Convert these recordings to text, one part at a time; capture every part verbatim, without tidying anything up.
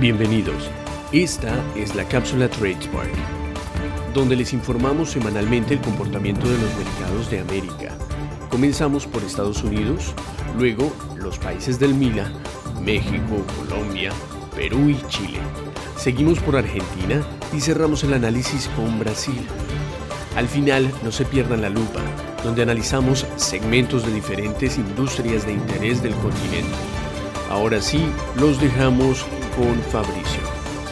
Bienvenidos. Esta es la cápsula TradeSpark, donde les informamos semanalmente el comportamiento de los mercados de América. Comenzamos por Estados Unidos, luego los países del MILA, México, Colombia, Perú y Chile. Seguimos por Argentina y cerramos el análisis con Brasil. Al final, no se pierdan la lupa, donde analizamos segmentos de diferentes industrias de interés del continente. Ahora sí, los dejamos con Fabricio.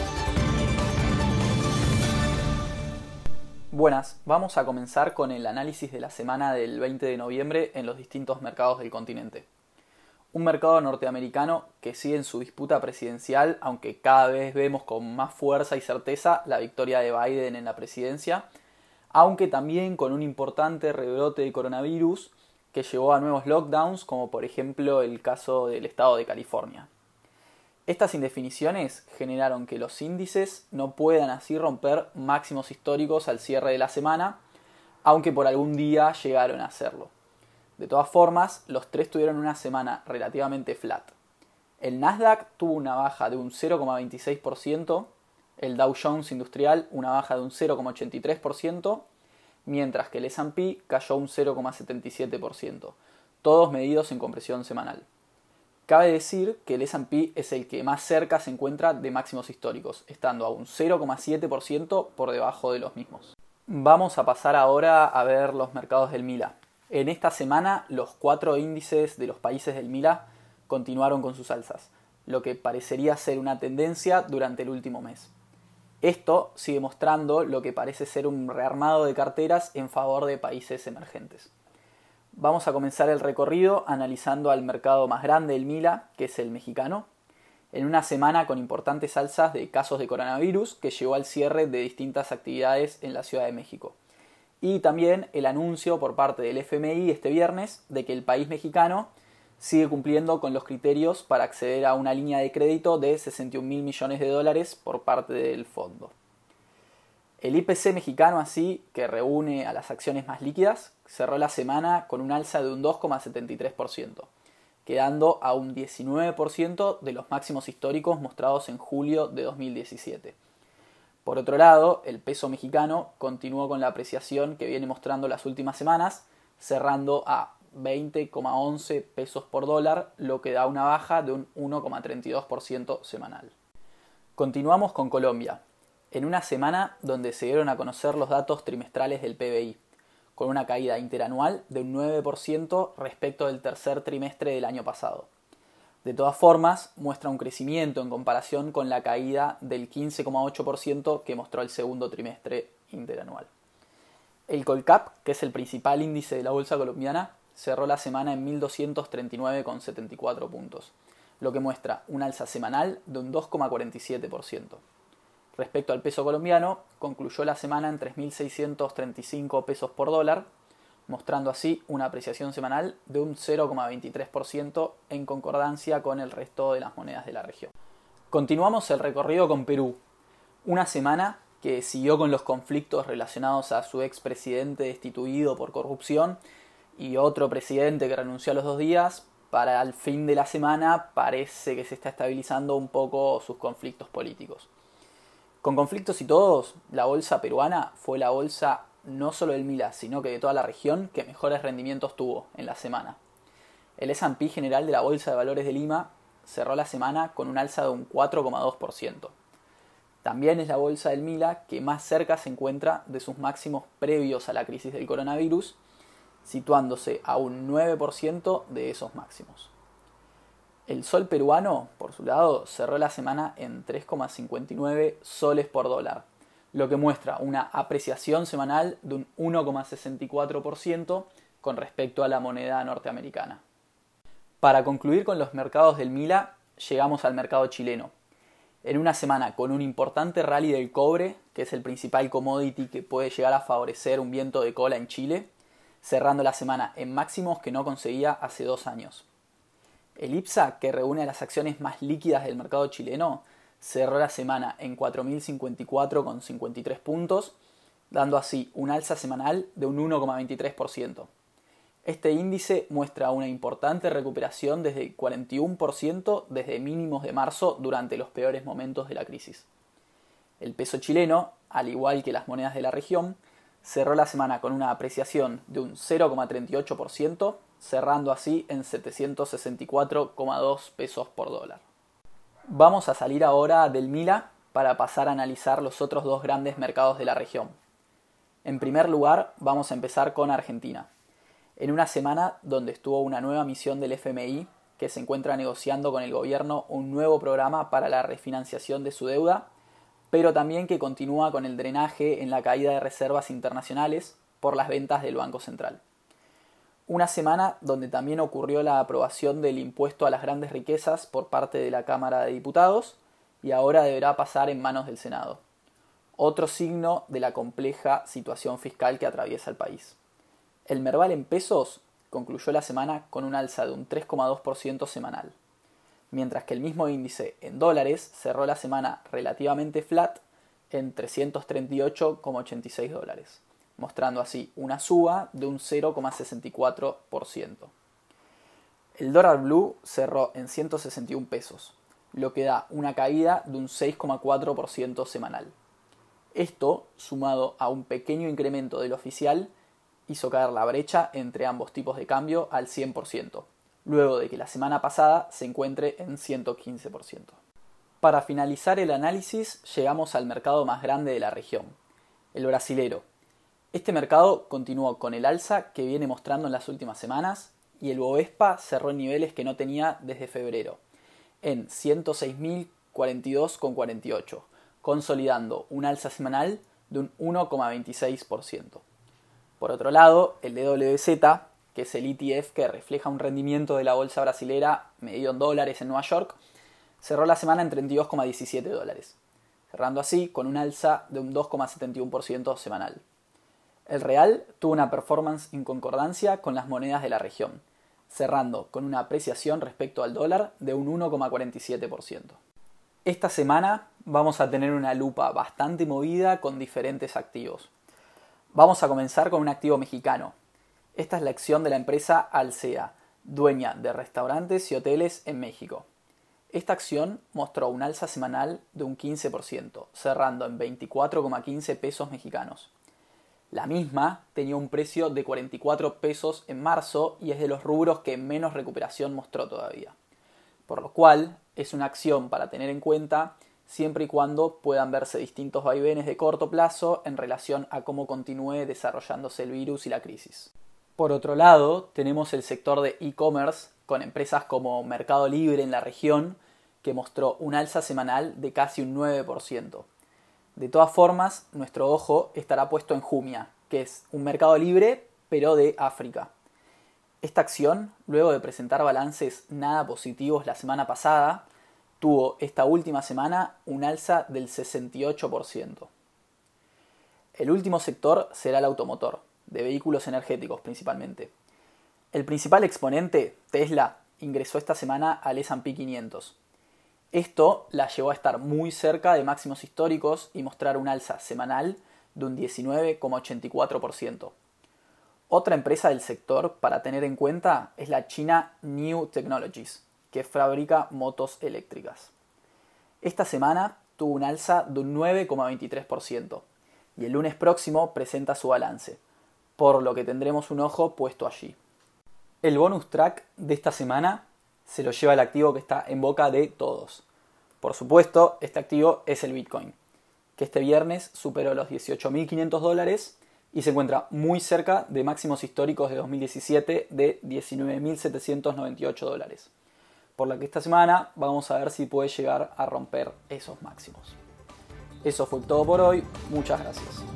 Buenas, vamos a comenzar con el análisis de la semana del veinte de noviembre en los distintos mercados del continente. Un mercado norteamericano que sigue en su disputa presidencial, aunque cada vez vemos con más fuerza y certeza la victoria de Biden en la presidencia, aunque también con un importante rebrote de coronavirus que llevó a nuevos lockdowns, como por ejemplo el caso del estado de California. Estas indefiniciones generaron que los índices no puedan así romper máximos históricos al cierre de la semana, aunque por algún día llegaron a hacerlo. De todas formas, los tres tuvieron una semana relativamente flat. El Nasdaq tuvo una baja de un cero coma veintiséis por ciento, el Dow Jones Industrial una baja de un cero coma ochenta y tres por ciento, mientras que el ese and pe cayó un cero coma setenta y siete por ciento, todos medidos en compresión semanal. Cabe decir que el ese and pe es el que más cerca se encuentra de máximos históricos, estando a un cero coma siete por ciento por debajo de los mismos. Vamos a pasar ahora a ver los mercados del MILA. En esta semana, los cuatro índices de los países del MILA continuaron con sus alzas, lo que parecería ser una tendencia durante el último mes. Esto sigue mostrando lo que parece ser un rearmado de carteras en favor de países emergentes. Vamos a comenzar el recorrido analizando al mercado más grande del MILA, que es el mexicano, en una semana con importantes alzas de casos de coronavirus que llevó al cierre de distintas actividades en la Ciudad de México. Y también el anuncio por parte del efe eme i este viernes de que el país mexicano sigue cumpliendo con los criterios para acceder a una línea de crédito de sesenta y un mil millones de dólares por parte del fondo. El i pe ce mexicano, así, que reúne a las acciones más líquidas, cerró la semana con un alza de un dos coma setenta y tres por ciento, quedando a un diecinueve por ciento de los máximos históricos mostrados en julio de dos mil diecisiete. Por otro lado, el peso mexicano continuó con la apreciación que viene mostrando las últimas semanas, cerrando a veinte coma once pesos por dólar, lo que da una baja de un uno coma treinta y dos por ciento semanal. Continuamos con Colombia, en una semana donde se dieron a conocer los datos trimestrales del pe be i, con una caída interanual de un nueve por ciento respecto del tercer trimestre del año pasado. De todas formas, muestra un crecimiento en comparación con la caída del quince coma ocho por ciento que mostró el segundo trimestre interanual. El Colcap, que es el principal índice de la bolsa colombiana, cerró la semana en mil doscientos treinta y nueve coma setenta y cuatro puntos, lo que muestra un alza semanal de un dos coma cuarenta y siete por ciento. Respecto al peso colombiano, concluyó la semana en tres mil seiscientos treinta y cinco pesos por dólar, mostrando así una apreciación semanal de un cero coma veintitrés por ciento en concordancia con el resto de las monedas de la región. Continuamos el recorrido con Perú, una semana que siguió con los conflictos relacionados a su expresidente destituido por corrupción y otro presidente que renunció a los dos días. Para el fin de la semana parece que se está estabilizando un poco sus conflictos políticos. Con conflictos y todos, la bolsa peruana fue la bolsa no solo del MILA, sino que de toda la región que mejores rendimientos tuvo en la semana. El ese and pe general de la Bolsa de Valores de Lima cerró la semana con un alza de un cuatro coma dos por ciento. También es la bolsa del MILA que más cerca se encuentra de sus máximos previos a la crisis del coronavirus, situándose a un nueve por ciento de esos máximos. El sol peruano, por su lado, cerró la semana en tres coma cincuenta y nueve soles por dólar, lo que muestra una apreciación semanal de un uno coma sesenta y cuatro por ciento con respecto a la moneda norteamericana. Para concluir con los mercados del MILA, llegamos al mercado chileno. En una semana con un importante rally del cobre, que es el principal commodity que puede llegar a favorecer un viento de cola en Chile, cerrando la semana en máximos que no conseguía hace dos años. El i pe ese a, que reúne a las acciones más líquidas del mercado chileno, cerró la semana en cuatro mil cincuenta y cuatro coma cincuenta y tres puntos, dando así un alza semanal de un uno coma veintitrés por ciento. Este índice muestra una importante recuperación desde el cuarenta y uno por ciento desde mínimos de marzo durante los peores momentos de la crisis. El peso chileno, al igual que las monedas de la región, cerró la semana con una apreciación de un cero coma treinta y ocho por ciento, cerrando así en setecientos sesenta y cuatro coma dos pesos por dólar. Vamos a salir ahora del MILA para pasar a analizar los otros dos grandes mercados de la región. En primer lugar, vamos a empezar con Argentina. En una semana donde estuvo una nueva misión del F M I que se encuentra negociando con el gobierno un nuevo programa para la refinanciación de su deuda, pero también que continúa con el drenaje en la caída de reservas internacionales por las ventas del Banco Central. Una semana donde también ocurrió la aprobación del impuesto a las grandes riquezas por parte de la Cámara de Diputados y ahora deberá pasar en manos del Senado. Otro signo de la compleja situación fiscal que atraviesa el país. El Merval en pesos concluyó la semana con un alza de un tres coma dos por ciento semanal, mientras que el mismo índice en dólares cerró la semana relativamente flat en trescientos treinta y ocho coma ochenta y seis dólares, mostrando así una suba de un cero coma sesenta y cuatro por ciento. El dólar blue cerró en ciento sesenta y uno pesos, lo que da una caída de un seis coma cuatro por ciento semanal. Esto, sumado a un pequeño incremento del oficial, hizo caer la brecha entre ambos tipos de cambio al cien por ciento, luego de que la semana pasada se encuentre en ciento quince por ciento. Para finalizar el análisis, llegamos al mercado más grande de la región, el brasilero. Este mercado continuó con el alza que viene mostrando en las últimas semanas y el Bovespa cerró en niveles que no tenía desde febrero, en ciento seis mil cuarenta y dos coma cuarenta y ocho, consolidando un alza semanal de un uno coma veintiséis por ciento. Por otro lado, el D W Z, que es el E T F que refleja un rendimiento de la bolsa brasilera medido en dólares en Nueva York, cerró la semana en treinta y dos coma diecisiete dólares, cerrando así con un alza de un dos coma setenta y uno por ciento semanal. El real tuvo una performance en concordancia con las monedas de la región, cerrando con una apreciación respecto al dólar de un uno coma cuarenta y siete por ciento. Esta semana vamos a tener una lupa bastante movida con diferentes activos. Vamos a comenzar con un activo mexicano. Esta es la acción de la empresa Alsea, dueña de restaurantes y hoteles en México. Esta acción mostró un alza semanal de un quince por ciento, cerrando en veinticuatro coma quince pesos mexicanos. La misma tenía un precio de cuarenta y cuatro pesos en marzo y es de los rubros que menos recuperación mostró todavía. Por lo cual, es una acción para tener en cuenta siempre y cuando puedan verse distintos vaivenes de corto plazo en relación a cómo continúe desarrollándose el virus y la crisis. Por otro lado, tenemos el sector de e-commerce con empresas como Mercado Libre en la región que mostró un alza semanal de casi un nueve por ciento. De todas formas, nuestro ojo estará puesto en Jumia, que es un mercado libre, pero de África. Esta acción, luego de presentar balances nada positivos la semana pasada, tuvo esta última semana un alza del sesenta y ocho por ciento. El último sector será el automotor, de vehículos energéticos principalmente. El principal exponente, Tesla, ingresó esta semana al ese and pe quinientos. Esto la llevó a estar muy cerca de máximos históricos y mostrar un alza semanal de un diecinueve coma ochenta y cuatro por ciento. Otra empresa del sector para tener en cuenta es la china New Technologies, que fabrica motos eléctricas. Esta semana tuvo un alza de un nueve coma veintitrés por ciento y el lunes próximo presenta su balance, por lo que tendremos un ojo puesto allí. El bonus track de esta semana se lo lleva el activo que está en boca de todos. Por supuesto, este activo es el Bitcoin, que este viernes superó los dieciocho mil quinientos dólares y se encuentra muy cerca de máximos históricos de dos mil diecisiete de diecinueve mil setecientos noventa y ocho dólares. Por lo que esta semana vamos a ver si puede llegar a romper esos máximos. Eso fue todo por hoy, muchas gracias.